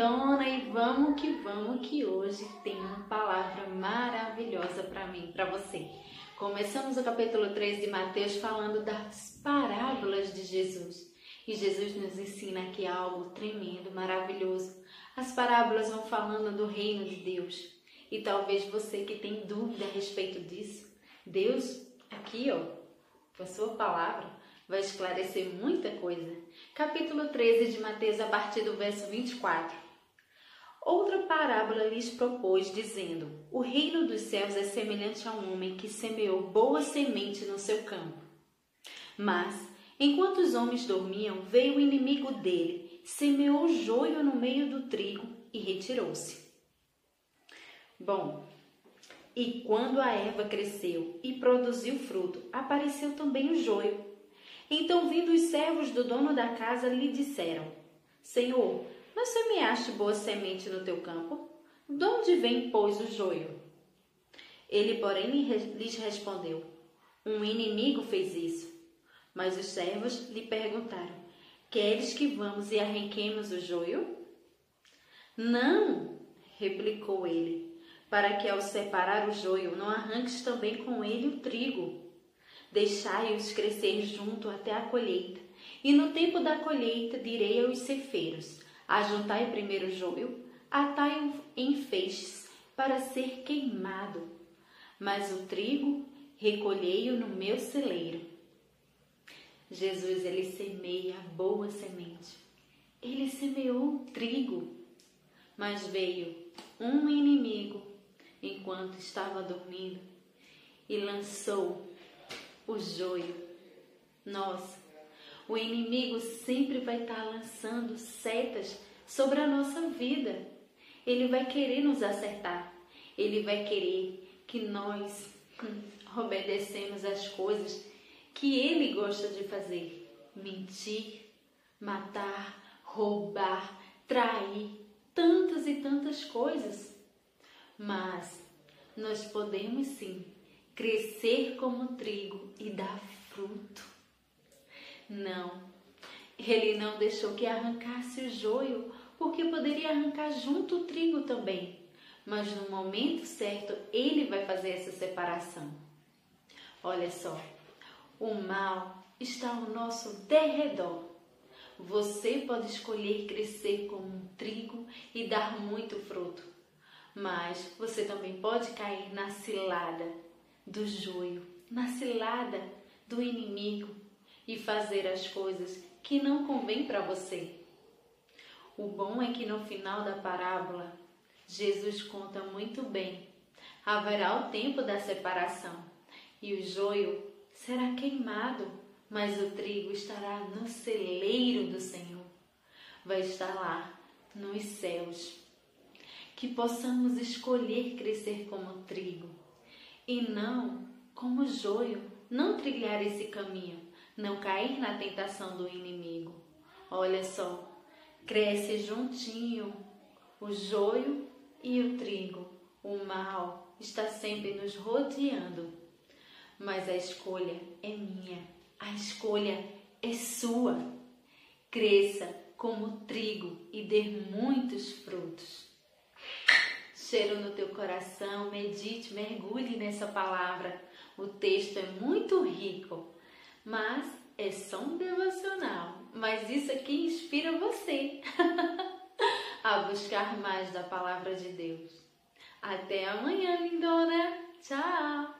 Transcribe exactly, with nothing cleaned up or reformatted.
lindona, e vamos que vamos que hoje tem uma palavra maravilhosa para mim, para você. Começamos o capítulo três de Mateus falando das parábolas de Jesus. E Jesus nos ensina aqui algo tremendo, maravilhoso. As parábolas vão falando do reino de Deus. E talvez você que tem dúvida a respeito disso, Deus aqui, ó, com a sua palavra, vai esclarecer muita coisa. Capítulo treze de Mateus, a partir do verso vinte e quatro. Outra parábola lhes propôs, dizendo: o reino dos céus é semelhante a um homem que semeou boa semente no seu campo. Mas, enquanto os homens dormiam, veio o inimigo dele, semeou joio no meio do trigo e retirou-se. Bom, e quando a erva cresceu e produziu fruto, apareceu também o joio. Então, vindo os servos do dono da casa, lhe disseram: Senhor, não semeaste boa semente no teu campo? De onde vem, pois, o joio? Ele, porém, lhes respondeu: um inimigo fez isso. Mas os servos lhe perguntaram: queres que vamos e arranquemos o joio? Não, replicou ele, para que ao separar o joio não arranques também com ele o trigo. Deixai-os crescer junto até a colheita, e no tempo da colheita direi aos ceifeiros: ajuntai primeiro o joio, atai-o em feixes para ser queimado, mas o trigo recolhei-o no meu celeiro. Jesus, ele semeia a boa semente. Ele semeou o trigo, mas veio um inimigo enquanto estava dormindo e lançou o joio. Nossa, o inimigo sempre vai estar lançando setas sobre a nossa vida. Ele vai querer nos acertar. Ele vai querer que nós hum, obedecemos às coisas que ele gosta de fazer. Mentir, matar, roubar, trair, tantas e tantas coisas. Mas nós podemos sim crescer como trigo e dar fruto. Não, ele não deixou que arrancasse o joio, porque poderia arrancar junto o trigo também. Mas no momento certo, ele vai fazer essa separação. Olha só, o mal está ao nosso derredor. Você pode escolher crescer como um trigo e dar muito fruto. Mas você também pode cair na cilada do joio, na cilada do inimigo e fazer as coisas que não convêm para você. O bom é que no final da parábola, Jesus conta muito bem. Haverá o tempo da separação e o joio será queimado, mas o trigo estará no celeiro do Senhor. Vai estar lá nos céus. Que possamos escolher crescer como trigo e não como joio, não trilhar esse caminho, não cair na tentação do inimigo. Olha só, cresce juntinho o joio e o trigo. O mal está sempre nos rodeando, mas a escolha é minha, a escolha é sua. Cresça como trigo e dê muitos frutos. Cheiro no teu coração, medite, mergulhe nessa palavra. O texto é muito rico, mas é só um devocional. Mas isso aqui inspira você a buscar mais da palavra de Deus. Até amanhã, lindona. Tchau!